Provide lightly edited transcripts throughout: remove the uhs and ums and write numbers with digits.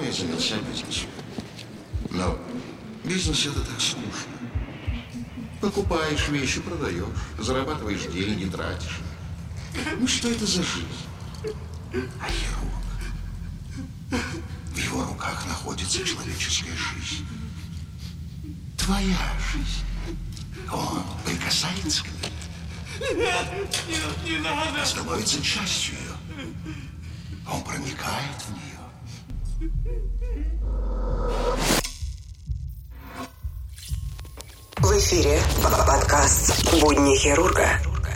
Затем я занялся бизнесом. Но бизнес это так скучно. Покупаешь вещи, продаешь, зарабатываешь деньги, тратишь. Ну что это за жизнь? А хирург? В его руках находится человеческая жизнь. Твоя жизнь. Он прикасается к ней. Нет, не надо. Становится частью ее. Он проникает в нее. В эфире подкаст «Будни хирурга».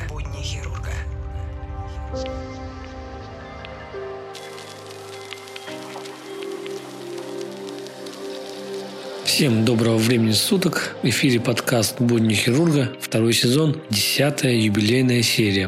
Всем доброго времени суток. В эфире подкаст «Будни хирурга», второй сезон, 10-я юбилейная серия.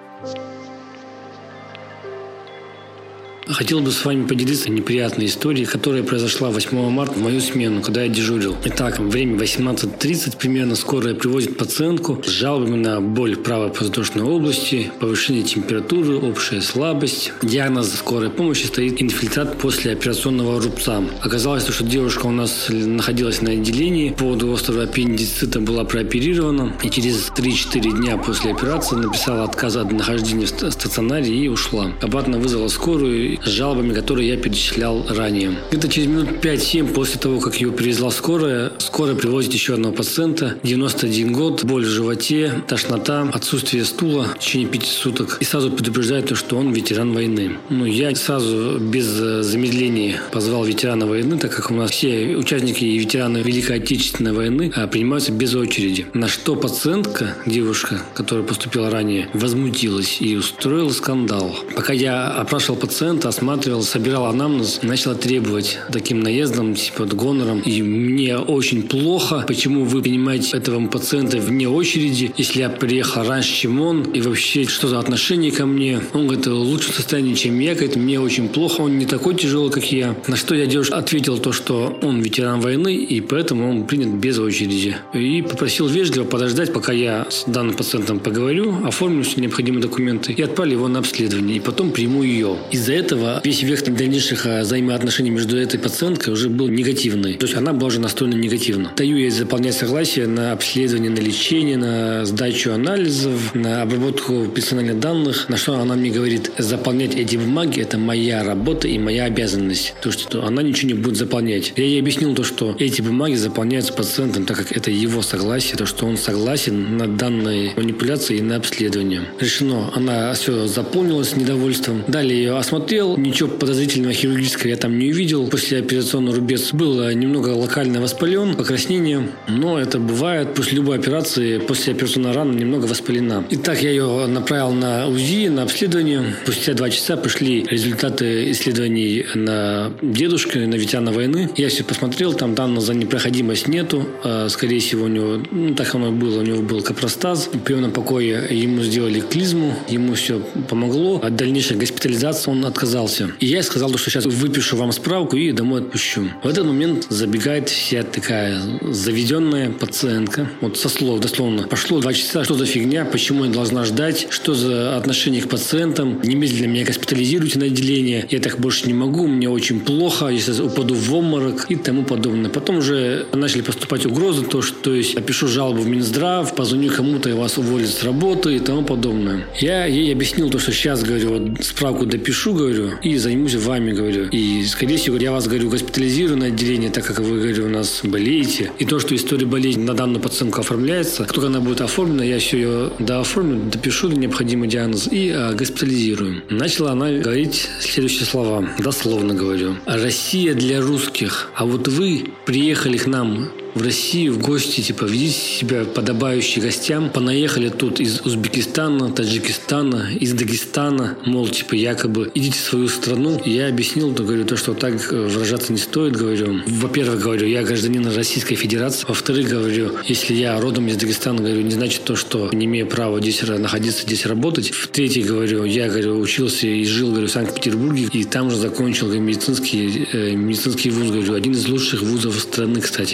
Хотел бы с вами поделиться неприятной историей, которая произошла 8 марта в мою смену, когда я дежурил. Итак, время 18:30 примерно скорая привозит пациентку с жалобами на боль в правой подвздошной области, повышение температуры, общая слабость. Диагноз скорой помощи стоит инфильтрат после операционного рубца. Оказалось, что девушка у нас находилась на отделении, по поводу острого аппендицита была прооперирована и через 3-4 дня после операции написала отказ от нахождения в стационаре и ушла. Обратно вызвала скорую с жалобами, которые я перечислял ранее. Где-то через минут 5-7 после того, как ее привезла скорая привозит еще одного пациента, 91 год, боль в животе, тошнота, отсутствие стула в течение 5 суток. И сразу предупреждает, что он ветеран войны. Я сразу без замедления позвал ветерана войны, так как у нас все участники и ветераны Великой Отечественной войны принимаются без очереди. На что пациентка, девушка, которая поступила ранее, возмутилась и устроила скандал. Пока я опрашивал пациента, осматривал, собирал анамнез, начала требовать таким наездом, гонором. И мне очень плохо, почему вы принимаете этого пациента вне очереди, если я приехал раньше, чем он, и вообще, что за отношение ко мне. Он говорит, в лучшем состоянии, чем я, говорит, мне очень плохо, он не такой тяжелый, как я. На что я девушке ответил то, что он ветеран войны, и поэтому он принят без очереди. И попросил вежливо подождать, пока я с данным пациентом поговорю, оформлю все необходимые документы и отправлю его на обследование, и потом приму ее. Из-за этого весь вектор дальнейших взаимоотношений между этой пациенткой уже был негативный. То есть она была уже настроена негативно. Даю ей заполнять согласие на обследование, на лечение, на сдачу анализов, на обработку персональных данных, на что она мне говорит, заполнять эти бумаги – это моя работа и моя обязанность. То есть она ничего не будет заполнять. Я ей объяснил то, что эти бумаги заполняются пациентом, так как это его согласие, то, что он согласен на данные манипуляции и на обследование. Решено. Она все заполнила с недовольством. Далее ее осмотрел. Ничего подозрительного хирургического я там не увидел. После операционного рубец был немного локально воспален, покраснение. Но это бывает после любой операции. После операционной раны немного воспалена. Итак, я ее направил на УЗИ, на обследование. Спустя 2 часа пришли результаты исследований на дедушку, на ветерана войны. Я все посмотрел, там данных за непроходимость нету. Скорее всего, у него, так оно и было, у него был капростаз. В приемном покое ему сделали клизму, ему все помогло. От дальнейшей госпитализации он отказался. И я сказал, что сейчас выпишу вам справку и домой отпущу. В этот момент забегает вся такая заведенная пациентка. Вот со слов, дословно. Прошло 2 часа, что за фигня, почему я должна ждать, что за отношение к пациентам, немедленно меня госпитализируйте на отделение, я так больше не могу, мне очень плохо, я сейчас упаду в обморок и тому подобное. Потом уже начали поступать угрозы, то есть напишу жалобу в Минздрав, позвоню кому-то и вас уволят с работы и тому подобное. Я ей объяснил то, что сейчас, говорю, вот справку допишу, говорю, и займусь вами, говорю. И, скорее всего, я вас, говорю, госпитализирую на отделение, так как вы, говорю, у нас болеете. И то, что история болезни на данную пациентку оформляется, как только она будет оформлена, я все ее дооформлю, допишу необходимый диагноз и госпитализирую. Начала она говорить следующие слова, дословно говорю. «Россия для русских, а вот вы приехали к нам в Россию в гости, ведите себя подобающие гостям. Понаехали тут из Узбекистана, Таджикистана, из Дагестана, мол, якобы идите в свою страну». Я объяснил, говорю, то, что так выражаться не стоит, говорю. Во-первых, говорю, я гражданин Российской Федерации. Во-вторых, говорю, если я родом из Дагестана, говорю, не значит то, что не имею права здесь находиться, здесь работать. В-третьих, говорю, я, говорю, учился и жил, говорю, в Санкт-Петербурге, и там же закончил, говорю, медицинский вуз, говорю, один из лучших вузов страны, кстати говоря.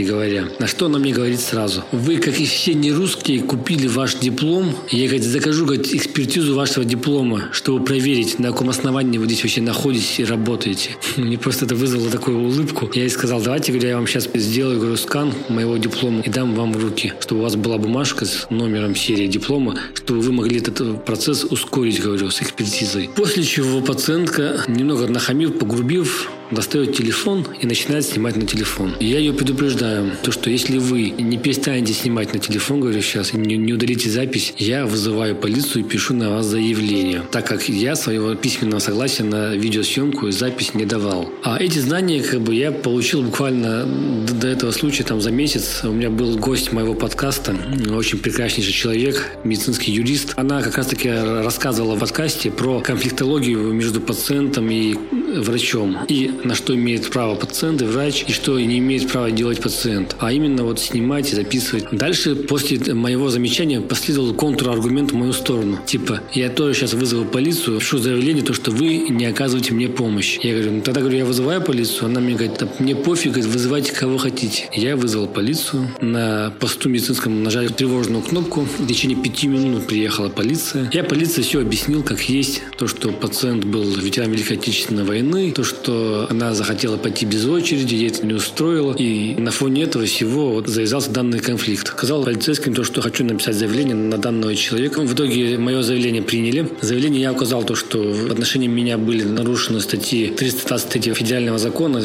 На что она мне говорит сразу: вы, как и все нерусские, купили ваш диплом. Я, говорит, закажу, говорит, экспертизу вашего диплома, чтобы проверить, на каком основании вы здесь вообще находитесь и работаете. Мне просто это вызвало такую улыбку. Я ей сказал: давайте, говорю, я вам сейчас сделаю, говорю, скан моего диплома и дам вам в руки, чтобы у вас была бумажка с номером серии диплома, чтобы вы могли этот процесс ускорить, говорю, с экспертизой. После чего пациентка, немного нахамив, погрубив, достает телефон и начинает снимать на телефон. Я ее предупреждаю, то, что если вы не перестанете снимать на телефон, говорю, сейчас, не удалите запись, я вызываю полицию и пишу на вас заявление, так как я своего письменного согласия на видеосъемку и запись не давал. А эти знания, как бы, я получил буквально до этого случая, там, за месяц. У меня был гость моего подкаста, очень прекраснейший человек, медицинский юрист. Она как раз-таки рассказывала в подкасте про конфликтологию между пациентом и врачом. И на что имеет право пациент и врач, и что не имеет права делать пациент. А именно вот снимать и записывать. Дальше, после моего замечания, последовал контраргумент в мою сторону. Типа, я тоже сейчас вызову полицию, пишу заявление, то, что вы не оказываете мне помощь. Я говорю, ну тогда, говорю, я вызываю полицию. Она мне говорит, да мне пофиг, говорит, вызывайте кого хотите. Я вызвал полицию. На посту медицинском нажали тревожную кнопку. В течение 5 минут приехала полиция. Я полиции все объяснил, как есть. То, что пациент был ветеран Великой Отечественной войны, то, что она захотела пойти без очереди, ей это не устроило. И на фоне этого всего вот завязался данный конфликт. Сказал полицейским то, что хочу написать заявление на данного человека. В итоге мое заявление приняли. В заявлении я указал то, что в отношении меня были нарушены статьи 323 федерального закона,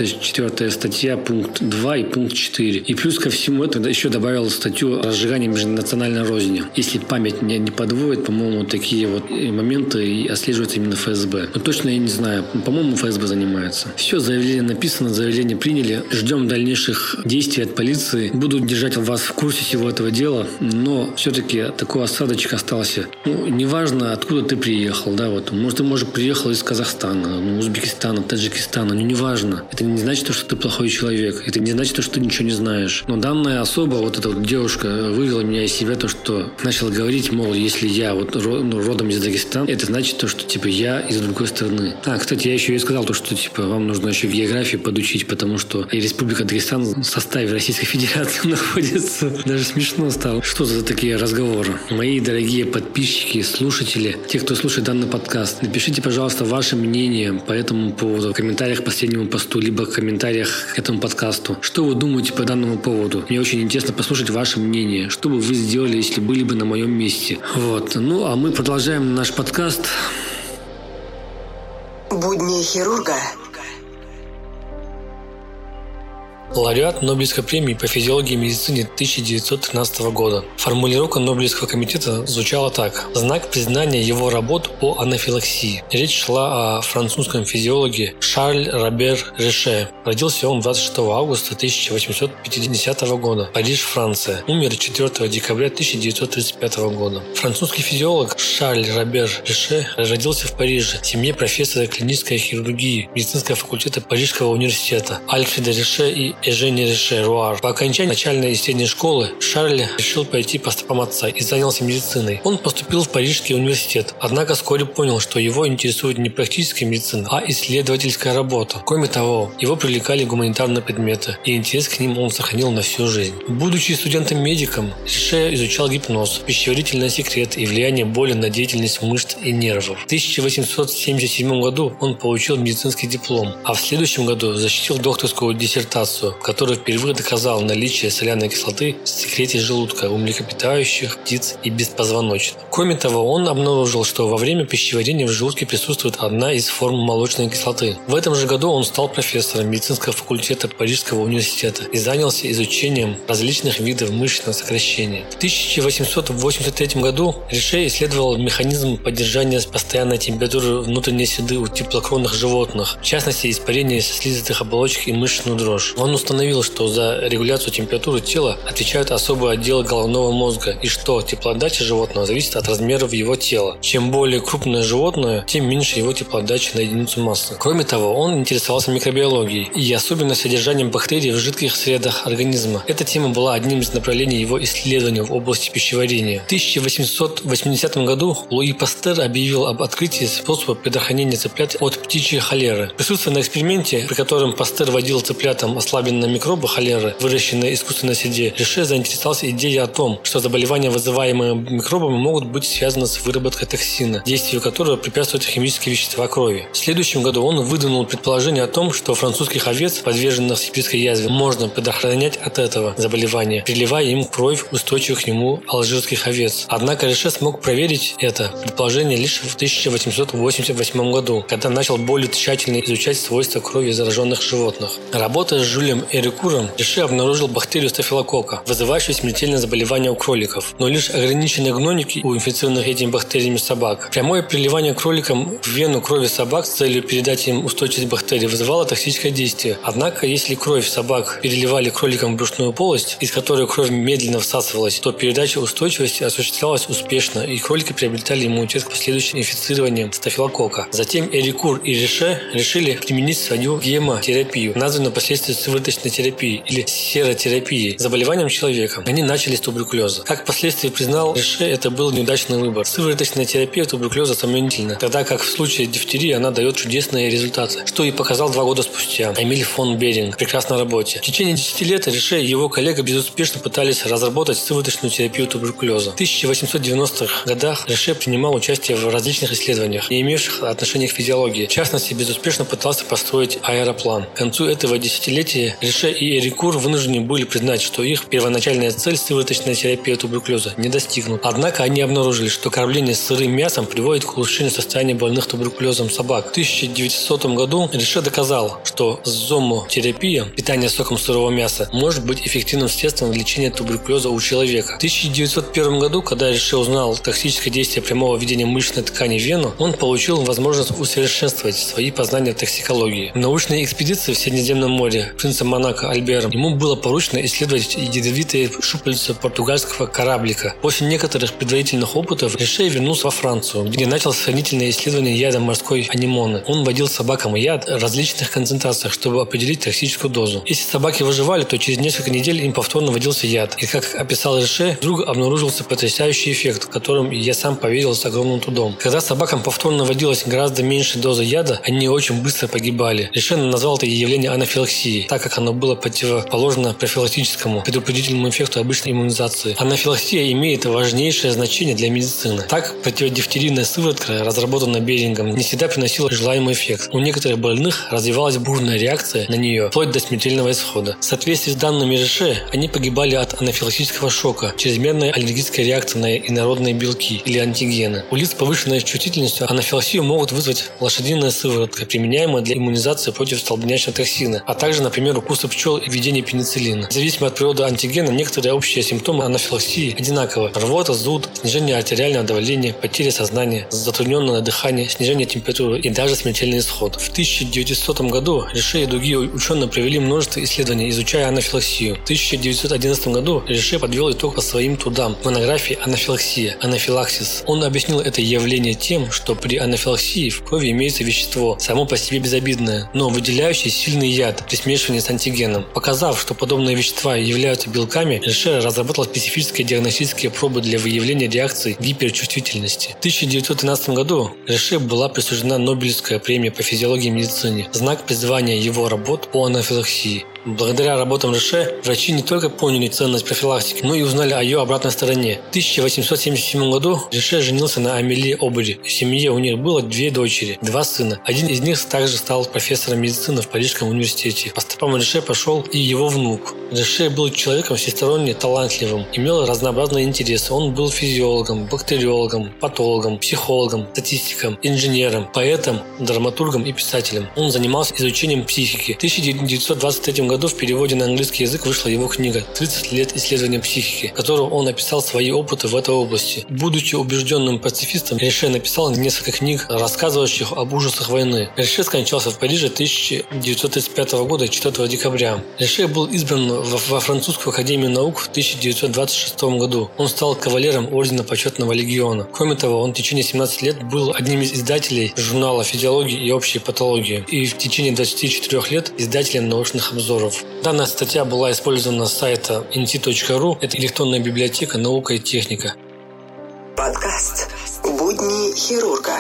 94 статья, пункт 2 и пункт 4. И плюс ко всему этому еще добавил статью разжигания межнациональной розни. Если память меня не подводит, по-моему, такие вот моменты и отслеживаются именно ФСБ. Но точно я не знаю. По-моему, ФСБ занимается. Все, заявление написано, заявление приняли. Ждем дальнейших действий от полиции. Буду держать вас в курсе всего этого дела, но все-таки такой осадочек остался. Ну, неважно, откуда ты приехал, да, вот. Может, ты приехал из Казахстана, Узбекистана, Таджикистана, но неважно. Это не значит, что ты плохой человек. Это не значит, что ты ничего не знаешь. Но данная особа, вот эта вот девушка, вывела меня из себя то, что начала говорить, мол, если я вот родом из Дагестана, это значит то, что типа я из другой страны. Кстати, я еще и сказал то, что типа вам нужно еще географию подучить, потому что и Республика Дагестан в составе Российской Федерации находится. Даже смешно стало. Что за такие разговоры? Мои дорогие подписчики, слушатели, те, кто слушает данный подкаст, напишите, пожалуйста, ваше мнение по этому поводу в комментариях к последнему посту, либо в комментариях к этому подкасту. Что вы думаете по данному поводу? Мне очень интересно послушать ваше мнение. Что бы вы сделали, если были бы на моем месте? Вот. Ну, а мы продолжаем наш подкаст. Будни хирурга. Лауреат Нобелевской премии по физиологии и медицине 1913 года. Формулировка Нобелевского комитета звучала так: знак признания его работ по анафилаксии. Речь шла о французском физиологе Шарль Робер Реше. Родился он 26 августа 1850 года. Париж, Франция. Умер 4 декабря 1935 года. Французский физиолог Шарль Робер Реше родился в Париже в семье профессора клинической хирургии медицинского факультета Парижского университета Альфреда Реше и Эжени Реше Руар. По окончании начальной и средней школы Шарль решил пойти по стопам отца и занялся медициной. Он поступил в Парижский университет, однако вскоре понял, что его интересует не практическая медицина, а исследовательская работа. Кроме того, его привлекали гуманитарные предметы, и интерес к ним он сохранил на всю жизнь. Будучи студентом-медиком, Реше изучал гипноз, пищеварительный секрет и влияние боли на деятельность мышц и нервов. В 1877 году он получил медицинский диплом, а в следующем году защитил докторскую диссертацию, в которой впервые доказал наличие соляной кислоты в секрете желудка у млекопитающих, птиц и беспозвоночных. Кроме того, он обнаружил, что во время пищеварения в желудке присутствует одна из форм молочной кислоты. В этом же году он стал профессором медицинского факультета Парижского университета и занялся изучением различных видов мышечного сокращения. В 1883 году Реше исследовал механизм поддержания постоянной температуры внутренней среды у теплокровных животных, в частности испарения слизистых оболочек и мышечную дрожь. Он установил, что за регуляцию температуры тела отвечают особые отделы головного мозга и что теплоотдача животного зависит от размеров его тела. Чем более крупное животное, тем меньше его теплоотдача на единицу массы. Кроме того, он интересовался микробиологией и особенно содержанием бактерий в жидких средах организма. Эта тема была одним из направлений его исследований в области пищеварения. В 1880 году Луи Пастер объявил об открытии способа предохранения цыплят от птичьей холеры. Присутствуя на эксперименте, при котором Пастер водил цыплятам ослабленное ослабленные микробы холеры, выращенные в искусственной среде, Ришэ заинтересовался идеей о том, что заболевания, вызываемые микробами, могут быть связаны с выработкой токсина, действию которого препятствуют химические вещества крови. В следующем году он выдвинул предположение о том, что французских овец, подверженных сибирской язве, можно предохранять от этого заболевания, переливая им кровь устойчивых к нему алжирских овец. Однако Ришэ смог проверить это предположение лишь в 1888 году, когда начал более тщательно изучать свойства крови зараженных животных. Работая с Жюлем Эрикуром, Ришэ обнаружил бактерию стафилококка, вызывающую смертельное заболевание у кроликов, но лишь ограниченные гнойники у инфицированных этими бактериями собак. Прямое переливание кроликам в вену крови собак с целью передать им устойчивость бактерий вызывало токсическое действие. Однако, если кровь собак переливали кроликам в брюшную полость, из которой кровь медленно всасывалась, то передача устойчивости осуществлялась успешно, и кролики приобретали иммунитет к последующим инфицированиям стафилококка. Затем Эрикур и Ришэ решили применить свою гемотерапию, названную впоследствии сывороточной терапией или серотерапией, заболеванием человека. Они начали с туберкулеза. Как впоследствии признал Ришэ, это был неудачный выбор. Сывороточная терапия туберкулеза сомнительна, тогда как в случае дифтерии она дает чудесные результаты, что и показал 2 года спустя Эмиль фон Беринг в прекрасной работе. В течение 10 лет Ришэ и его коллега безуспешно пытались разработать сывороточную терапию туберкулеза. В 1890-х годах Ришэ принимал участие в различных исследованиях, не имевших отношения к физиологии. В частности, безуспешно пытался построить аэроплан. К концу этого десятилетия Ришэ и Эрикур вынуждены были признать, что их первоначальная цель сывороточная терапия туберкулеза не достигнута. Однако они обнаружили, что кормление сырым мясом приводит к улучшению состояния больных туберкулезом собак. В 1900 году Ришэ доказал, что зоотерапия, питание соком сырого мяса, может быть эффективным средством лечения туберкулеза у человека. В 1901 году, когда Ришэ узнал токсическое действие прямого введения мышечной ткани в вену, он получил возможность усовершенствовать свои познания в токсикологии. В научной экспедиции в Средиземном море принцем Монако Альбером ему было поручено исследовать ядовитые щупальца португальского кораблика. После некоторых предварительных опытов Ришэ вернулся во Францию, где начал сравнительное исследование яда морской анемоны. Он вводил собакам яд в различных концентрациях, чтобы определить токсическую дозу. Если собаки выживали, то через несколько недель им повторно вводился яд. И, как описал Ришэ, вдруг обнаружился потрясающий эффект, которым я сам поверил с огромным трудом. Когда собакам повторно вводилась гораздо меньше дозы яда, они очень быстро погибали. Ришэ назвал это явление анафилаксией, так как оно было противоположно профилактическому предупредительному эффекту обычной иммунизации. Анафилаксия имеет важнейшее значение для медицины. Так, противодифтерийная сыворотка, разработанная Берингом, не всегда приносила желаемый эффект. У некоторых больных развивалась бурная реакция на нее, вплоть до смертельного исхода. В соответствии с данными Ришэ, они погибали от анафилактического шока, чрезмерной аллергической реакции на инородные белки или антигены. У лиц с повышенной чувствительностью анафилаксию могут вызвать лошадиная сыворотка, применяемая для иммунизации против столбнячного токсина, а также, например, укусы пчел и введение пенициллина. Зависимо от природы антигена, некоторые общие симптомы анафилаксии одинаковы: рвота, зуд, снижение артериального давления, потеря сознания, затрудненное дыхание, снижение температуры и даже смертельный исход. В 1900 году Ришэ и другие ученые провели множество исследований, изучая анафилаксию. В 1911 году Ришэ подвел итог по своим трудам в монографии «Анафилаксия» (анафилаксис). Он объяснил это явление тем, что при анафилаксии в крови имеется вещество, само по себе безобидное, но выделяющее сильный яд при смешивании с антигеном. Показав, что подобные вещества являются белками, Ришэ разработал специфические диагностические пробы для выявления реакций гиперчувствительности. В 1913 году Ришэ была присуждена Нобелевская премия по физиологии и медицине, знак призвания его работ по анафилаксии. Благодаря работам Ришэ врачи не только поняли ценность профилактики, но и узнали о ее обратной стороне. В 1877 году Ришэ женился на Амелии Обри. В семье у них было 2 дочери, 2 сына. Один из них также стал профессором медицины в Парижском университете. По стопам Ришэ пошел и его внук. Ришэ был человеком всесторонне талантливым, имел разнообразные интересы. Он был физиологом, бактериологом, патологом, психологом, статистиком, инженером, поэтом, драматургом и писателем. Он занимался изучением психики. В 1923 году в переводе на английский язык вышла его книга «30 лет исследования психики», в которой он описал свои опыты в этой области. Будучи убежденным пацифистом, Ришэ написал несколько книг, рассказывающих об ужасах войны. Ришэ скончался в Париже 1935 года 4 декабря. Ришэ был избран во Французскую академию наук в 1926 году. Он стал кавалером Ордена Почетного легиона. Кроме того, он в течение 17 лет был одним из издателей журнала «Физиология и общая патология» и в течение 24 лет издателем научных обзоров. Данная статья была использована с сайта nt.ru. Это электронная библиотека «Наука и техника». Подкаст «Будни хирурга».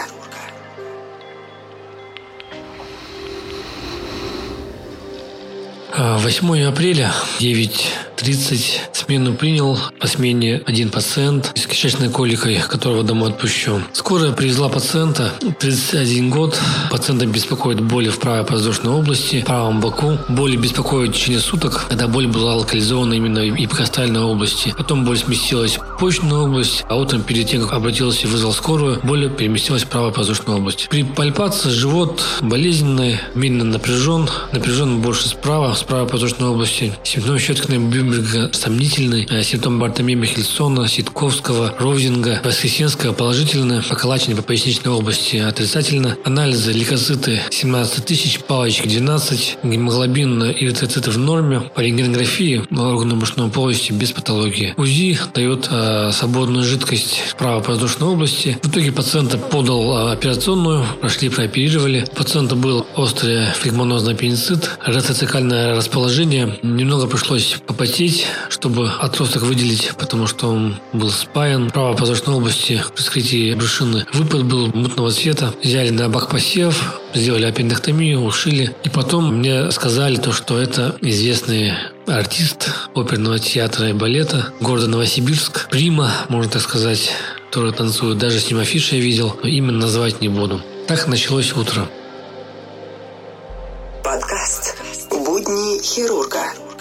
8 апреля, 9:30, смену принял. По смене один пациент с кишечной коликой, которого домой отпущу. Скорая привезла пациента, 31 год. Пациента беспокоит боли в правой подвздошной области, в правом боку. Боли беспокоит в течение суток, когда боль была локализована именно в эпикостальной области. Потом боль сместилась в почечную область, а утром перед тем, как обратился и вызвал скорую, боль переместилась в правую подвздошную область. При пальпации живот болезненный, медленно напряжен больше справа, с правой подвздошной области. Симптом Щеткина-Блюмберга сомнительный, симптом Бартоломея Михельсона, Ситковского, Ровзинга, Воскресенского положительно, поколачивание по поясничной области отрицательно. Анализы: лейкоциты 17 тысяч, палочки 12, гемоглобин и эритроциты в норме. По рентгенографии органов брюшной полости без патологии. УЗИ дает свободную жидкость в правой подвздошной области. В итоге пациента подал операционную, прошли, прооперировали. У пациента был острый флегмонозный аппендицит, ретроцикальное расположение. Немного пришлось попотеть, чтобы отросток выделить, потому что он был спаян. В правой подвздошной области при вскрытии брюшины выпад был мутного цвета. Взяли на бакпосев, сделали аппендэктомию, ушили. И потом мне сказали то, что это известный артист оперного театра и балета города Новосибирск, прима, можно так сказать, который танцует. Даже с ним афиши я видел, но имя назвать не буду. Так началось утро. Подкаст «Будни хирурга».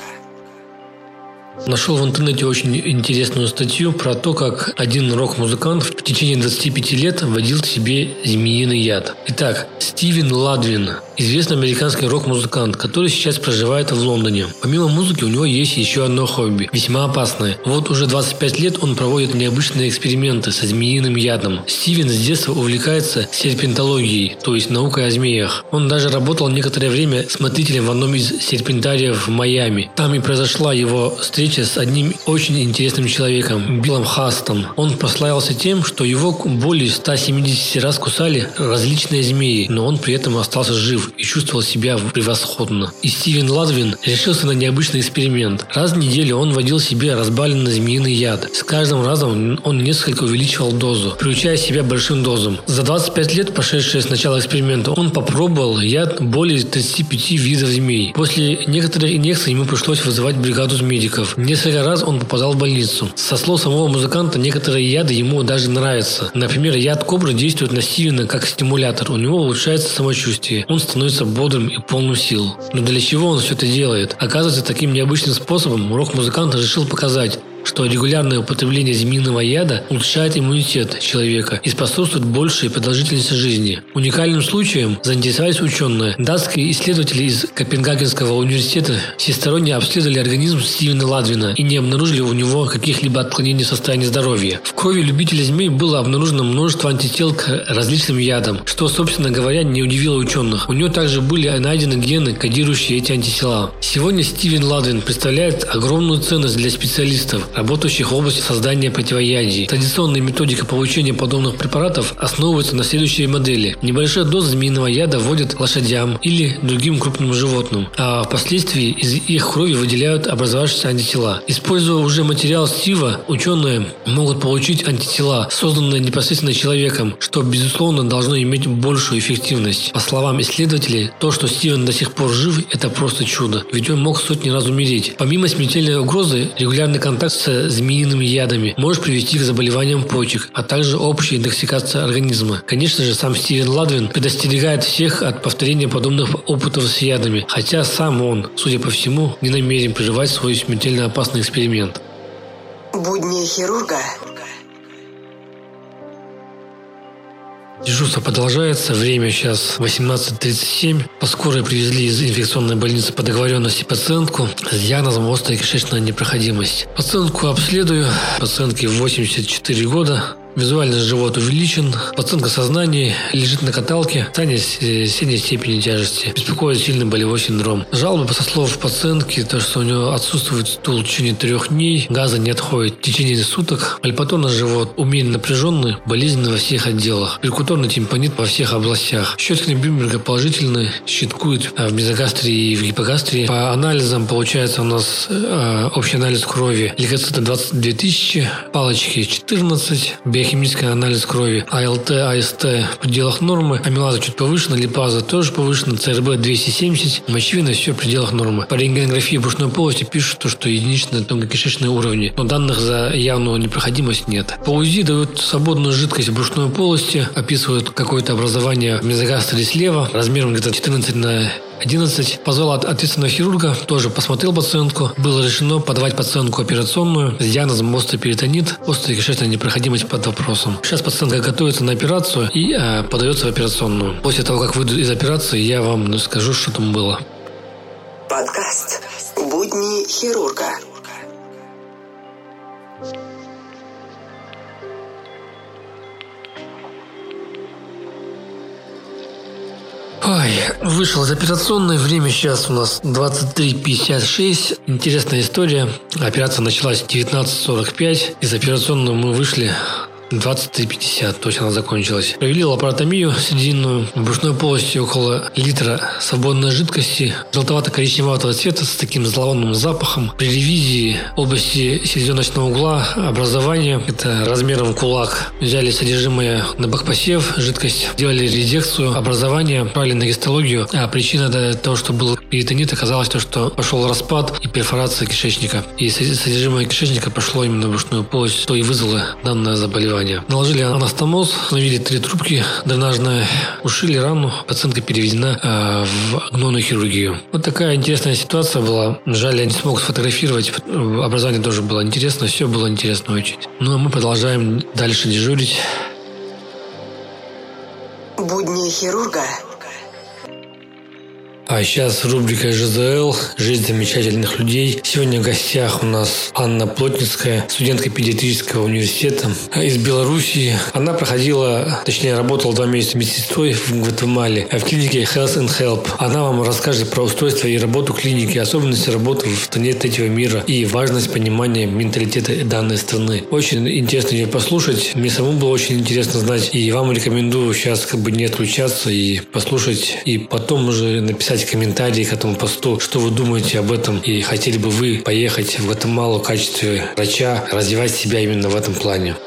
Нашел в интернете очень интересную статью про то, как один рок-музыкант в течение 25 лет вводил в себе змеиный яд. Итак, Стивен Ладвин, известный американский рок-музыкант, который сейчас проживает в Лондоне. Помимо музыки у него есть еще одно хобби, весьма опасное. Вот уже 25 лет он проводит необычные эксперименты со змеиным ядом. Стивен с детства увлекается серпентологией, то есть наукой о змеях. Он даже работал некоторое время смотрителем в одном из серпентариев в Майами. Там и произошла его встреча с одним очень интересным человеком, Биллом Хастом. Он прославился тем, что его более 170 раз кусали различные змеи, но он при этом остался жив и чувствовал себя превосходно. И Стивен Ладвин решился на необычный эксперимент. Раз в неделю он вводил себе разбавленный змеиный яд. С каждым разом он несколько увеличивал дозу, приучая себя к большим дозам. За 25 лет, прошедшие с начала эксперимента, он попробовал яд более 35 видов змей. После некоторых инъекций ему пришлось вызывать бригаду медиков. Несколько раз он попадал в больницу. Со слов самого музыканта, некоторые яды ему даже нравятся. Например, яд кобры действует на Стивена как стимулятор. У него улучшается самочувствие. Он становится бодрым и полным сил. Но для чего он все это делает? Оказывается, таким необычным способом рок-музыкант решил показать, что регулярное употребление змеиного яда улучшает иммунитет человека и способствует большей продолжительности жизни. Уникальным случаем заинтересовались ученые. Датские исследователи из Копенгагенского университета всесторонне обследовали организм Стивена Ладвина и не обнаружили у него каких-либо отклонений в состоянии здоровья. В крови любителя змей было обнаружено множество антител к различным ядам, что, собственно говоря, не удивило ученых. У него также были найдены гены, кодирующие эти антитела. Сегодня Стивен Ладвин представляет огромную ценность для специалистов, работающих в области создания противоядий. Традиционная методика получения подобных препаратов основывается на следующей модели. Небольшая доза змеиного яда вводят лошадям или другим крупным животным, а впоследствии из их крови выделяют образовавшиеся антитела. Используя уже материал Стива, ученые могут получить антитела, созданные непосредственно человеком, что, безусловно, должно иметь большую эффективность. По словам исследователей, то, что Стивен до сих пор жив, это просто чудо, ведь он мог сотни раз умереть. Помимо смертельной угрозы, регулярный контакт с змеиными ядами может привести к заболеваниям почек, а также общей интоксикации организма. Конечно же, сам Стивен Ладвин предостерегает всех от повторения подобных опытов с ядами, хотя сам он, судя по всему, не намерен прерывать свой смертельно опасный эксперимент. Будни хирурга. Дежурство продолжается. Время сейчас 18:37. По скорой привезли из инфекционной больницы по договоренности пациентку с диагнозом острая кишечная непроходимость. Пациентку обследую. Пациентке 84 года. Визуально живот увеличен. Пациентка в сознании, лежит на каталке. Состояние средней степени тяжести. Беспокоит сильный болевой синдром. Жалобы, со слов пациентки, то, что у него отсутствует стул в течение 3 дней, газа не отходит в течение суток, пальпаторный живот, умеренно напряженный, болезненный во всех отделах, перкуторный тимпанит во всех областях. Щеткина-Блюмберга положительный, щиткует в мезогастрии и в гипогастрии. По анализам получается у нас общий анализ крови. Лейкоциты 22 тысячи, палочки 14, биохимический анализ крови. АЛТ, АСТ в пределах нормы, амилаза чуть повышена, липаза тоже повышена, ЦРБ 270, мочевина все в пределах нормы. По рентгенографии брюшной полости пишут, что единичные тонкокишечные уровни, но данных за явную непроходимость нет. По УЗИ дают свободную жидкость в брюшной полости, описывают какое-то образование в мезогастрии слева, размером где-то 14/11. Позвал ответственного хирурга, тоже посмотрел пациентку. Было решено подавать пациентку операционную с диагнозом остеоперитонит, острая кишечная непроходимость под вопросом. Сейчас пациентка готовится на операцию и подается в операционную. После того, как выйду из операции, я вам скажу, что там было. Подкаст «Будни хирурга». Вышел из операционной. Время сейчас у нас 23:56. Интересная история. Операция началась в 19:45. Из операционной мы вышли 23:50, точно она закончилась. Провели лапаротомию серединную. В брюшной полости около литра свободной жидкости желтовато-коричневатого цвета с таким зловонным запахом. При ревизии области селезеночного угла образования, это размером кулак, взяли содержимое на бакпосев, жидкость, делали резекцию образования, отправили на гистологию. А причина того, что был перитонит, оказалось то, что пошел распад и перфорация кишечника. И содержимое кишечника пошло именно в брюшную полость, что и вызвало данное заболевание. Наложили анастомоз, установили 3 трубки дренажные, ушили рану, пациентка переведена в гнойную хирургию. Вот такая интересная ситуация была. Жаль, я не смог сфотографировать. Образование тоже было интересно, все было интересно очень. Ну а мы продолжаем дальше дежурить. Будни хирурга. А сейчас рубрика ЖЗЛ «Жизнь замечательных людей». Сегодня в гостях у нас Анна Плотницкая, студентка педиатрического университета из Белоруссии. Она работала 2 месяца медсестрой в Гватемале в клинике Health and Help. Она вам расскажет про устройство и работу клиники, особенности работы в стране третьего мира и важность понимания менталитета данной страны. Очень интересно ее послушать. Мне самому было очень интересно знать. И вам рекомендую сейчас не отключаться и послушать. И потом уже написать комментарии к этому посту, что вы думаете об этом и хотели бы вы поехать в Гватемалу в качестве врача, развивать себя именно в этом плане.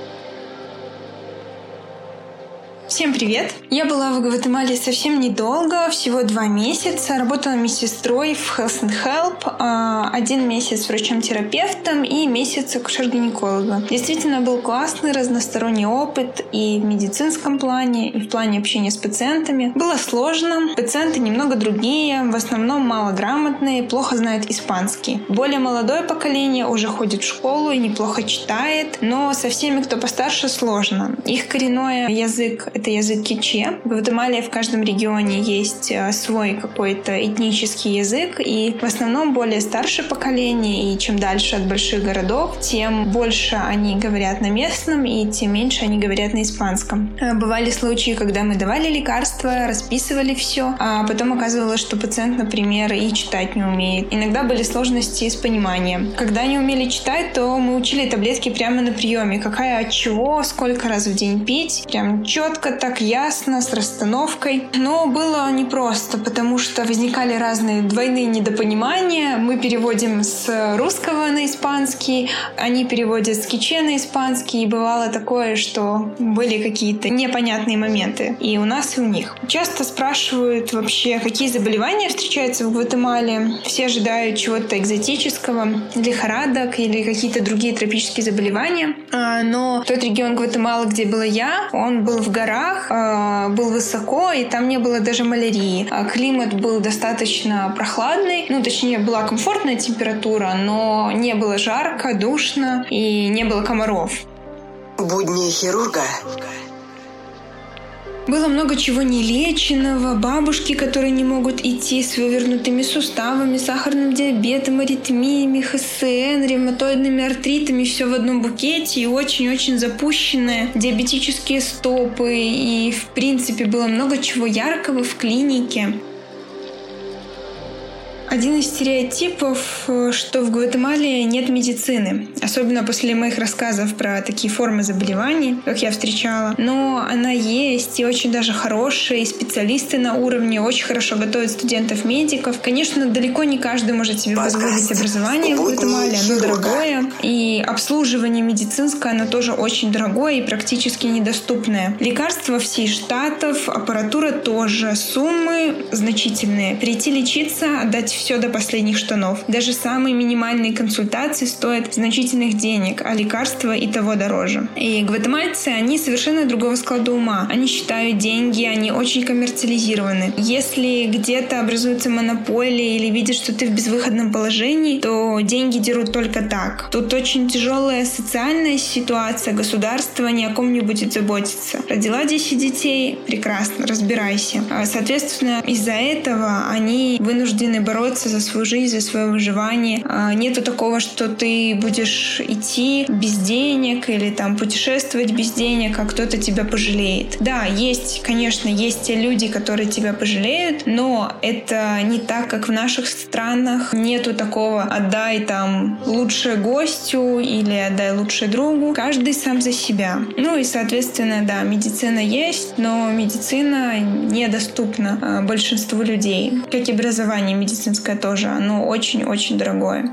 Всем привет! Я была в Гватемале совсем недолго, всего 2 месяца. Работала медсестрой в Health and Help, 1 месяц врачом-терапевтом и месяц акушер-гинекологом. Действительно был классный, разносторонний опыт и в медицинском плане, и в плане общения с пациентами. Было сложно, пациенты немного другие, в основном малограмотные, плохо знают испанский. Более молодое поколение уже ходит в школу и неплохо читает, но со всеми, кто постарше, сложно. Их коренной язык — это язык киче. В Гватемале в каждом регионе есть свой какой-то этнический язык, и в основном более старшее поколение, и чем дальше от больших городов, тем больше они говорят на местном, и тем меньше они говорят на испанском. Бывали случаи, когда мы давали лекарства, расписывали все, а потом оказывалось, что пациент, например, и читать не умеет. Иногда были сложности с пониманием. Когда не умели читать, то мы учили таблетки прямо на приеме, какая от чего, сколько раз в день пить, прям четко, так ясно, с расстановкой. Но было непросто, потому что возникали разные двойные недопонимания. Мы переводим с русского на испанский, они переводят с киче на испанский, и бывало такое, что были какие-то непонятные моменты и у нас, и у них. Часто спрашивают вообще, какие заболевания встречаются в Гватемале. Все ожидают чего-то экзотического, лихорадок или какие-то другие тропические заболевания. Но тот регион Гватемалы, где была я, он был в горах, был высоко, и там не было даже малярии. Климат был достаточно прохладный, точнее, была комфортная температура, но не было жарко, душно и не было комаров. Будни хирурга. Было много чего нелеченного, бабушки, которые не могут идти с вывернутыми суставами, сахарным диабетом, аритмиями, ХСН, ревматоидными артритами, все в одном букете, и очень-очень запущенные диабетические стопы, и в принципе было много чего яркого в клинике. Один из стереотипов, что в Гватемале нет медицины. Особенно после моих рассказов про такие формы заболеваний, как я встречала. Но она есть, и очень даже хорошая, и специалисты на уровне очень хорошо готовят студентов-медиков. Конечно, далеко не каждый может себе позволить образование в Гватемале. Оно дорогое. И обслуживание медицинское, оно тоже очень дорогое и практически недоступное. Лекарства в сеть штатов, аппаратура тоже. Суммы значительные. Прийти лечиться, отдать все до последних штанов. Даже самые минимальные консультации стоят значительных денег, а лекарства и того дороже. И гватемальцы, они совершенно другого склада ума. Они считают деньги, они очень коммерциализированы. Если где-то образуется монополия или видят, что ты в безвыходном положении, то деньги дерут только так. Тут очень тяжелая социальная ситуация, государство ни о ком не будет заботиться. Родила 10 детей, прекрасно, разбирайся. Соответственно, из-за этого они вынуждены бороться за свою жизнь, за свое выживание. Нету такого, что ты будешь идти без денег или там путешествовать без денег, а кто-то тебя пожалеет. Да, есть, конечно, есть те люди, которые тебя пожалеют, но это не так, как в наших странах. Нету такого «отдай там лучше гостю» или «отдай лучше другу». Каждый сам за себя. Ну и, соответственно, да, медицина есть, но медицина недоступна большинству людей. Как и образование медицинское тоже. Оно очень-очень дорогое.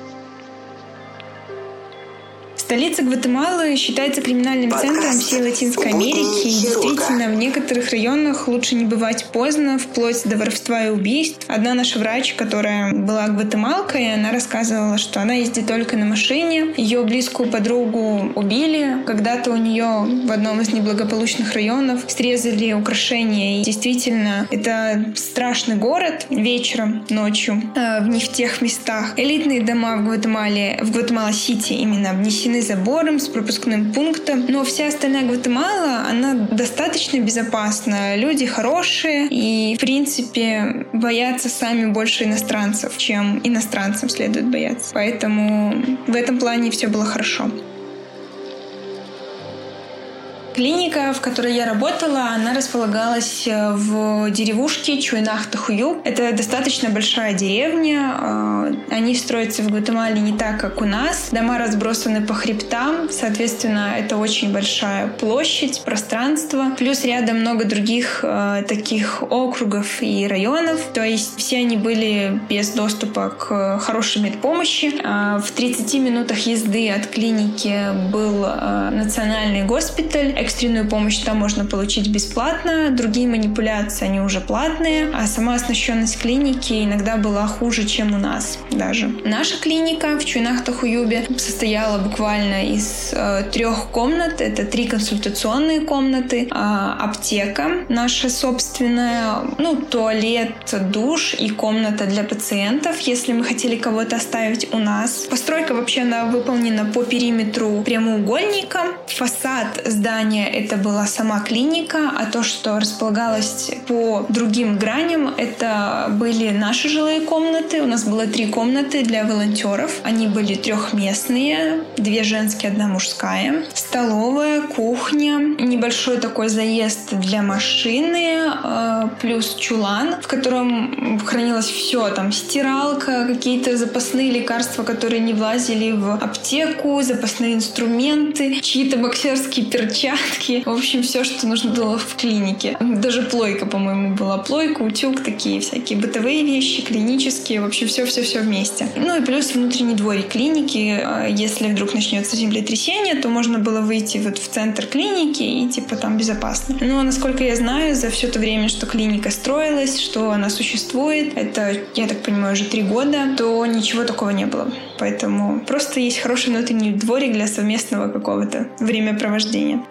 Столица Гватемалы считается криминальным центром всей Латинской Америки. И действительно, в некоторых районах лучше не бывать поздно, вплоть до воровства и убийств. Одна наша врач, которая была гватемалкой, она рассказывала, что она ездит только на машине. Ее близкую подругу убили. Когда-то у нее в одном из неблагополучных районов срезали украшения. И действительно, это страшный город вечером, ночью, не в тех местах. Элитные дома в Гватемале, в Гватемала-Сити именно, обнесены забором с пропускным пунктом. Но вся остальная Гватемала, она достаточно безопасна. Люди хорошие и, в принципе, боятся сами больше иностранцев, чем иностранцам следует бояться. Поэтому в этом плане все было хорошо. Клиника, в которой я работала, она располагалась в деревушке Чуйнах-Тахуюб. Это достаточно большая деревня. Они строятся в Гватемале не так, как у нас. Дома разбросаны по хребтам. Соответственно, это очень большая площадь, пространство. Плюс рядом много других таких округов и районов. То есть все они были без доступа к хорошей медпомощи. В 30 минутах езды от клиники был национальный госпиталь. Экстренную помощь там можно получить бесплатно, другие манипуляции, они уже платные, а сама оснащенность клиники иногда была хуже, чем у нас даже. Наша клиника в Чуйнах-Тахуюбе состояла буквально из 3 комнат, это 3 консультационные комнаты, аптека наша собственная, туалет, душ и комната для пациентов, если мы хотели кого-то оставить у нас. Постройка вообще она выполнена по периметру прямоугольника, фасад здания это была сама клиника, а то, что располагалось по другим граням, это были наши жилые комнаты. У нас было 3 комнаты для волонтеров. Они были 3-местные, 2 женские, 1 мужская. Столовая, кухня, небольшой такой заезд для машины, плюс чулан, в котором хранилось все. Там стиралка, какие-то запасные лекарства, которые не влазили в аптеку, запасные инструменты, чьи-то боксерские перчатки. В общем, все, что нужно было в клинике. Даже плойка, по-моему, была. Плойка, утюг, такие всякие бытовые вещи, клинические. В общем, все-все-все вместе. Ну и плюс внутренний дворик клиники. Если вдруг начнется землетрясение, то можно было выйти вот в центр клиники и там безопасно. Но, насколько я знаю, за все то время, что клиника строилась, что она существует, это, я так понимаю, уже 3 года, то ничего такого не было. Поэтому просто есть хороший внутренний дворик для совместного какого-то времяпровождения.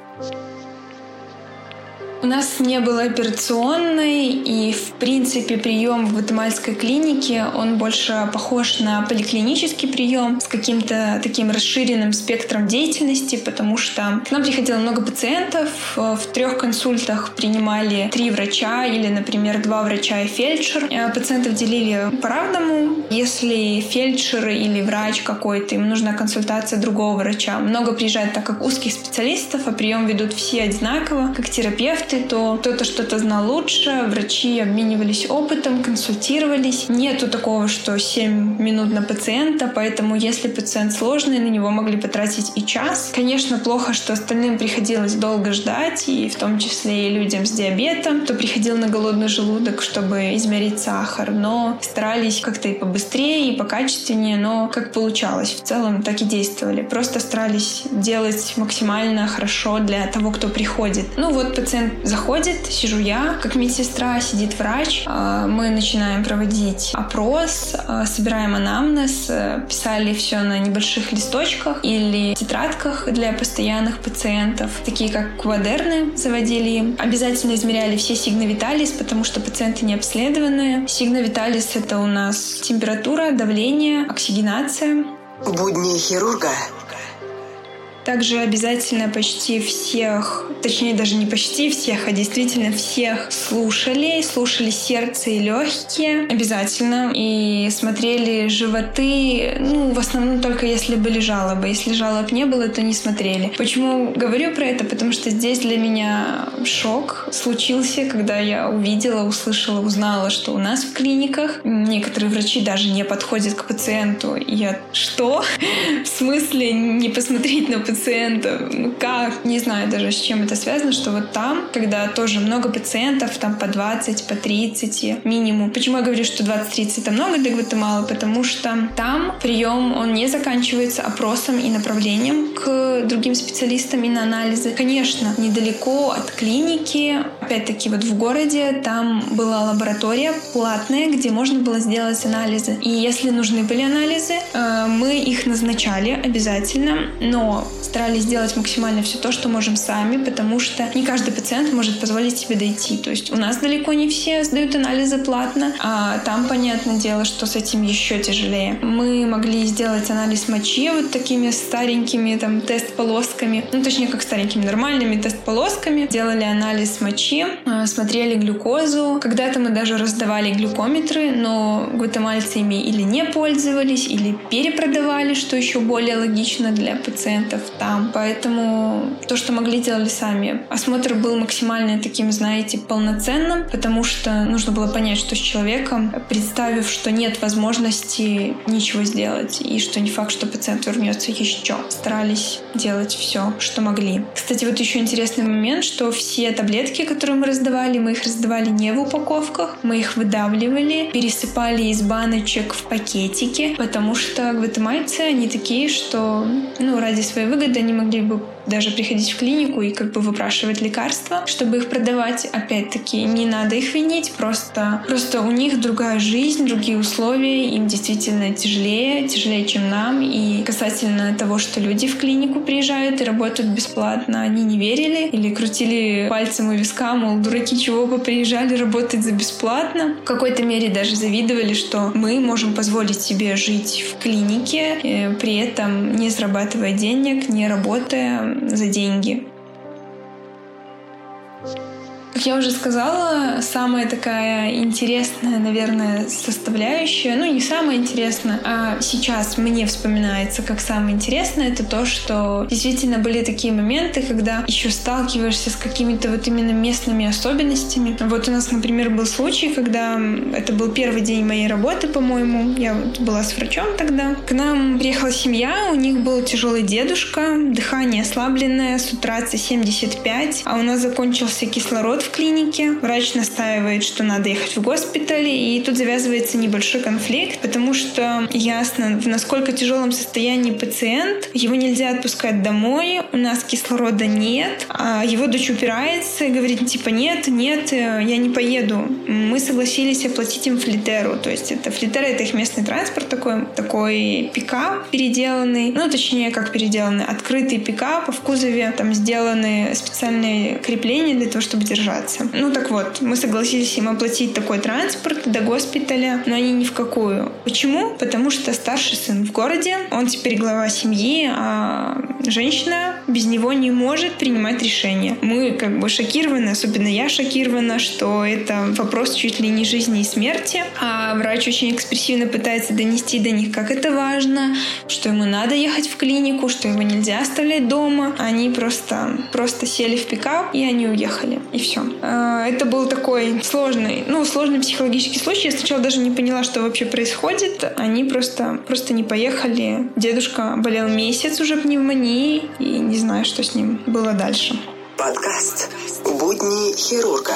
У нас не было операционной, и, в принципе, прием в гватемальской клинике, он больше похож на поликлинический прием с каким-то таким расширенным спектром деятельности, потому что к нам приходило много пациентов, в 3 консультах принимали 3 врача или, например, 2 врача и фельдшер. Пациентов делили по-разному. Если фельдшер или врач какой-то, им нужна консультация другого врача. Много приезжает, так как узких специалистов, а прием ведут все одинаково, как терапевты, рецепты, то кто-то что-то знал лучше, врачи обменивались опытом, консультировались. Нету такого, что 7 минут на пациента, поэтому если пациент сложный, на него могли потратить и час. Конечно, плохо, что остальным приходилось долго ждать, и в том числе и людям с диабетом, кто приходил на голодный желудок, чтобы измерить сахар, но старались как-то и побыстрее, и покачественнее, но как получалось. В целом так и действовали. Просто старались делать максимально хорошо для того, кто приходит. Ну вот пациент заходит, сижу я, как медсестра, сидит врач, мы начинаем проводить опрос, собираем анамнез, писали все на небольших листочках или тетрадках для постоянных пациентов, такие как квадерны заводили. Обязательно измеряли все сигна виталис, потому что пациенты не обследованные. Сигна виталис — это у нас температура, давление, оксигенация. Будни хирурга. Также обязательно почти всех, точнее даже не почти всех, а действительно всех слушали сердце и легкие обязательно, и смотрели животы, в основном только если были жалобы. Если жалоб не было, то не смотрели. Почему говорю про это? Потому что здесь для меня шок случился, когда я увидела, услышала, узнала, что у нас в клиниках некоторые врачи даже не подходят к пациенту. И я: что? В смысле не посмотреть на пациента? Как? Не знаю даже, с чем это связано, что вот там, когда тоже много пациентов, там по 20, по 30 минимум. Почему я говорю, что 20-30 это много для Гватемалы? Потому что там прием, он не заканчивается опросом и направлением к другим специалистам и на анализы. Конечно, недалеко от клиники, опять-таки вот в городе, там была лаборатория платная, где можно было сделать анализы. И если нужны были анализы, мы их назначали обязательно, но старались сделать максимально все то, что можем сами, потому что не каждый пациент может позволить себе дойти. То есть у нас далеко не все сдают анализы платно, а там, понятное дело, что с этим еще тяжелее. Мы могли сделать анализ мочи вот такими старенькими там тест-полосками, точнее как старенькими, нормальными тест-полосками. Делали анализ мочи, смотрели глюкозу. Когда-то мы даже раздавали глюкометры, но гватемальцы ими или не пользовались, или перепродавали, что еще более логично для пациентов там. Поэтому то, что могли, делали сами. Осмотр был максимально таким, знаете, полноценным, потому что нужно было понять, что с человеком, представив, что нет возможности ничего сделать, и что не факт, что пациент вернется еще. Старались делать все, что могли. Кстати, вот еще интересный момент, что все таблетки, которые мы их раздавали не в упаковках, мы их выдавливали, пересыпали из баночек в пакетики, потому что гватемальцы, они такие, что ради своей выгоды они могли бы даже приходить в клинику и выпрашивать лекарства, чтобы их продавать. Опять-таки, не надо их винить, просто у них другая жизнь, другие условия, им действительно тяжелее, чем нам. И касательно того, что люди в клинику приезжают и работают бесплатно, они не верили или крутили пальцем у виска, мол, дураки, чего бы приезжали работать за бесплатно. В какой-то мере даже завидовали, что мы можем позволить себе жить в клинике, при этом не зарабатывая денег, не работая за деньги. Как я уже сказала, самая такая интересная, наверное, составляющая, не самая интересная, а сейчас мне вспоминается как самое интересное, это то, что действительно были такие моменты, когда еще сталкиваешься с какими-то вот именно местными особенностями. Вот у нас, например, был случай, когда это был первый день моей работы, по-моему, я была с врачом тогда. К нам приехала семья, у них был тяжелый дедушка, дыхание ослабленное, сатурация 75, а у нас закончился кислород в клинике. Врач настаивает, что надо ехать в госпиталь, и тут завязывается небольшой конфликт, потому что ясно, в насколько тяжелом состоянии пациент, его нельзя отпускать домой, у нас кислорода нет, а его дочь упирается и говорит, нет, я не поеду. Мы согласились оплатить им флитеру, то есть флитера — это их местный транспорт, такой пикап переделанный, точнее, как переделанный, открытый пикап, а в кузове там сделаны специальные крепления для того, чтобы держаться. Так вот, мы согласились им оплатить такой транспорт до госпиталя, но они ни в какую. Почему? Потому что старший сын в городе, он теперь глава семьи, а женщина без него не может принимать решения. Мы как бы шокированы, особенно я шокирована, что это вопрос чуть ли не жизни и смерти, а врач очень экспрессивно пытается донести до них, как это важно, что ему надо ехать в клинику, что его нельзя оставлять дома. Они просто сели в пикап, и они уехали. И все. Это был такой сложный психологический случай. Я сначала даже не поняла, что вообще происходит. Они просто не поехали. Дедушка болел месяц уже пневмонией, и не знаю, что с ним было дальше. Подкаст «Будни хирурга».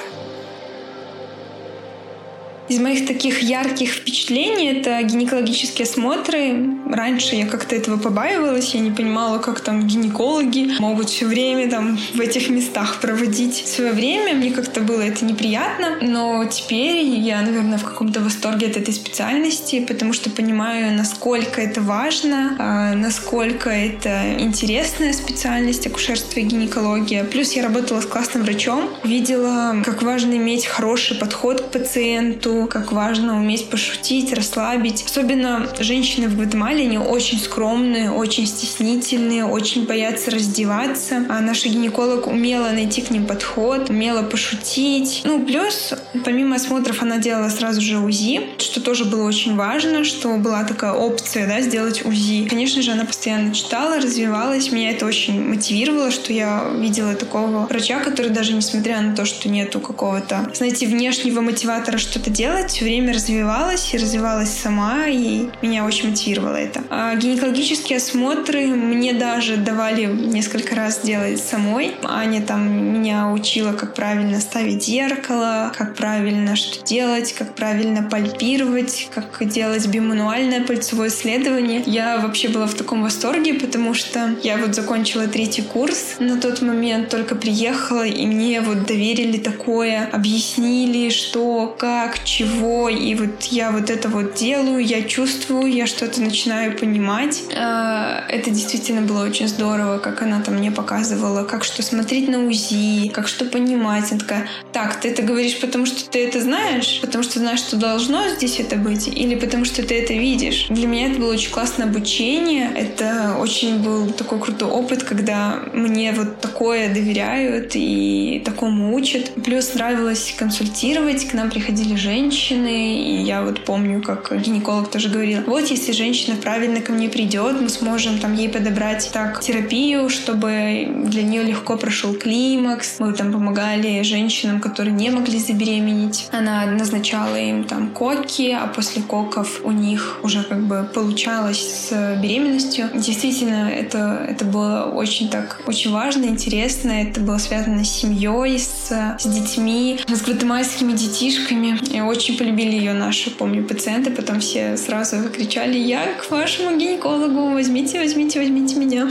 Из моих таких ярких впечатлений это гинекологические осмотры. Раньше я как-то этого побаивалась, я не понимала, как там гинекологи могут все время там в этих местах проводить свое время. Мне как-то было это неприятно, но теперь я, наверное, в каком-то восторге от этой специальности, потому что понимаю, насколько это важно, насколько это интересная специальность акушерство и гинекология. Плюс я работала с классным врачом, видела, как важно иметь хороший подход к пациенту, как важно уметь пошутить, расслабить. Особенно женщины в Гватемале, они очень скромные, очень стеснительные, очень боятся раздеваться. А наша гинеколог умела найти к ним подход, умела пошутить. Плюс, помимо осмотров, она делала сразу же УЗИ, что тоже было очень важно, что была такая опция, сделать УЗИ. Конечно же, она постоянно читала, развивалась. Меня это очень мотивировало, что я видела такого врача, который даже несмотря на то, что нету какого-то, внешнего мотиватора что-то делать, все время развивалась и развивалась сама, и меня очень мотивировало это. А гинекологические осмотры мне даже давали несколько раз делать самой. Аня там меня учила, как правильно ставить зеркало, как правильно что делать, как правильно пальпировать, как делать бимануальное пальцевое исследование. Я вообще была в таком восторге, потому что я закончила 3-й курс на тот момент, только приехала, и мне доверили такое, объяснили, что, как, чего, и я это делаю, я чувствую, я что-то начинаю понимать. Это действительно было очень здорово, как она там мне показывала, как что смотреть на УЗИ, как что понимать. Она такая: так, ты это говоришь, потому что ты это знаешь, потому что знаешь, что должно здесь это быть, или потому что ты это видишь. Для меня это было очень классное обучение, это очень был такой крутой опыт, когда мне такое доверяют и такому учат. Плюс нравилось консультировать, к нам приходили женщины, и я помню, как гинеколог тоже говорил: если женщина правильно ко мне придет, мы сможем ей подобрать терапию, чтобы для нее легко прошел климакс. Мы помогали женщинам, которые не могли забеременеть. Она назначала им коки, а после коков у них уже получалось с беременностью. Действительно, это было очень важно, интересно. Это было связано с семьей, с детьми, с гватемальскими детишками. И очень полюбили ее наши, помню, пациенты. Потом все сразу кричали: я к вашему гинекологу, возьмите меня.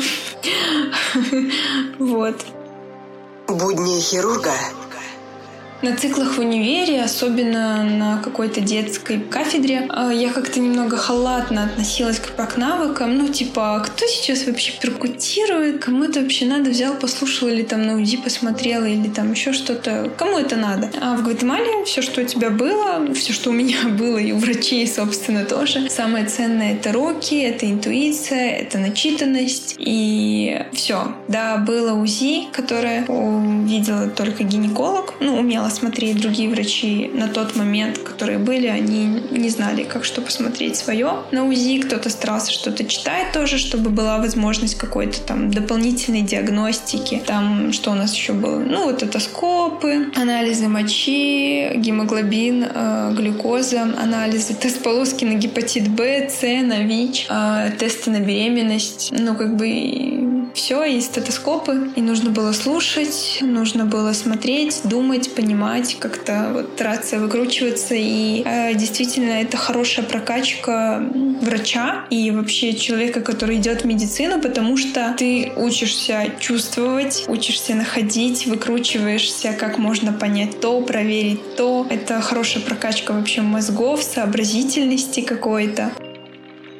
Будни хирурга. На циклах в универе, особенно на какой-то детской кафедре, я как-то немного халатно относилась к навыкам. Кто сейчас вообще перкутирует? Кому это вообще надо? Взял, послушал, или на УЗИ посмотрел, или еще что-то. Кому это надо? А в Гватемале все, что у тебя было, все, что у меня было, и у врачей, собственно, тоже. Самое ценное — это руки, это интуиция, это начитанность. И все. Да, было УЗИ, которое видела только гинеколог. Умела смотреть. Другие врачи на тот момент, которые были, они не знали, как что посмотреть свое на УЗИ. Кто-то старался что-то читать тоже, чтобы была возможность какой-то дополнительной диагностики. Что у нас еще было? Отоскопы, анализы мочи, гемоглобин, глюкоза, анализы, тест полоски на гепатит Б, С, на ВИЧ, тесты на беременность. Все, и стетоскопы. И нужно было слушать, нужно было смотреть, думать, понимать, как-то стараться выкручиваться. И действительно, это хорошая прокачка врача и вообще человека, который идет в медицину, потому что ты учишься чувствовать, учишься находить, выкручиваешься, как можно понять то, проверить то. Это хорошая прокачка вообще мозгов, сообразительности какой-то.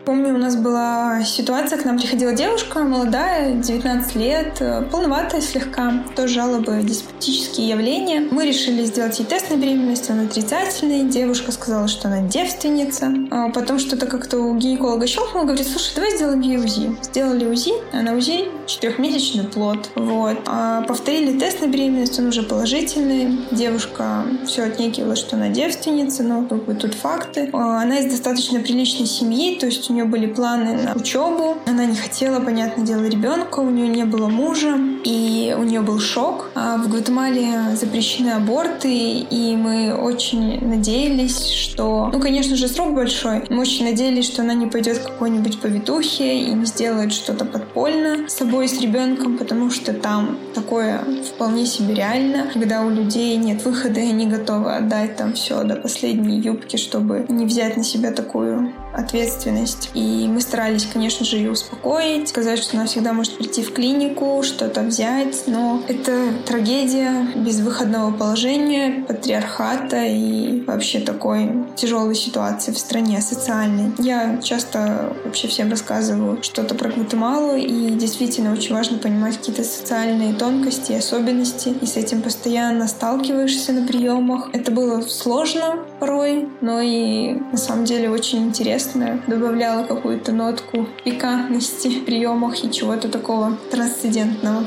Помню, у нас была ситуация, к нам приходила девушка молодая, 19 лет, полноватая слегка, тоже жалобы, диспептические явления. Мы решили сделать ей тест на беременность, он отрицательный. Девушка сказала, что она девственница. А потом что-то как-то у гинеколога щелкнуло, говорит: слушай, давай сделаем ей УЗИ. Сделали УЗИ, а на УЗИ 4-месячный плод. Вот. А повторили тест на беременность, он уже положительный. Девушка все отнекивала, что она девственница, но как бы тут факты. Она из достаточно приличной семьи, то есть у нее были планы на учебу. Она не хотела, понятное дело, ребенка, у нее не было мужа, и у нее был шок. В Гватемале запрещены аборты, и мы очень надеялись, что... Ну, конечно же, срок большой. Мы очень надеялись, что она не пойдет к какой-нибудь повитухе и не сделает что-то подпольно с собой и с ребенком, потому что там такое вполне себе реально, когда у людей нет выхода, и они готовы отдать там все до последней юбки, чтобы не взять на себя такую ответственность. И мы старались, конечно же, ее успокоить, сказать, что она всегда может прийти в клинику, что-то взять, но это трагедия безвыходного положения, патриархата и вообще такой тяжелой ситуации в стране, социальной. Я часто вообще всем рассказываю что-то про Гватемалу, и действительно очень важно понимать какие-то социальные тонкости и особенности, и с этим постоянно сталкиваешься на приемах. Это было сложно порой, но и на самом деле очень интересно, добавляла какую-то нотку пикантности в приемах и чего-то такого трансцендентного.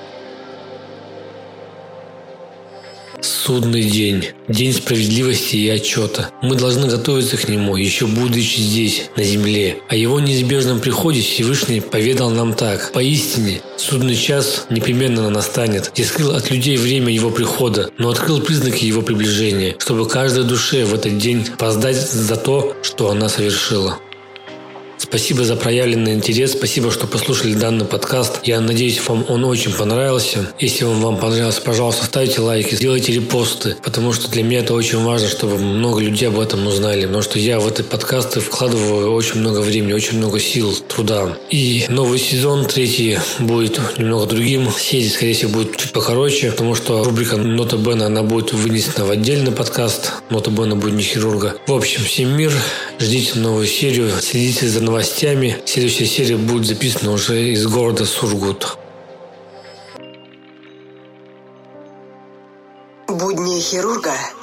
Судный день. День справедливости и отчета. Мы должны готовиться к нему, еще будучи здесь, на земле. О его неизбежном приходе Всевышний поведал нам так: поистине, судный час непременно настанет. Я скрыл от людей время его прихода, но открыл признаки его приближения, чтобы каждой душе в этот день воздать за то, что она совершила. Спасибо за проявленный интерес, спасибо, что послушали данный подкаст. Я надеюсь, вам он очень понравился. Если он вам понравился, пожалуйста, ставьте лайки, сделайте репосты, потому что для меня это очень важно, чтобы много людей об этом узнали, потому что я в эти подкасты вкладываю очень много времени, очень много сил, труда. И новый сезон, 3, будет немного другим. Серия, скорее всего, будет чуть покороче, потому что рубрика «Нота Бена», она будет вынесена в отдельный подкаст. «Нота Бена» будет не хирурга. В общем, всем мир, ждите новую серию, следите за новостями. Следующая серия будет записана уже из города Сургут. Будни хирурга.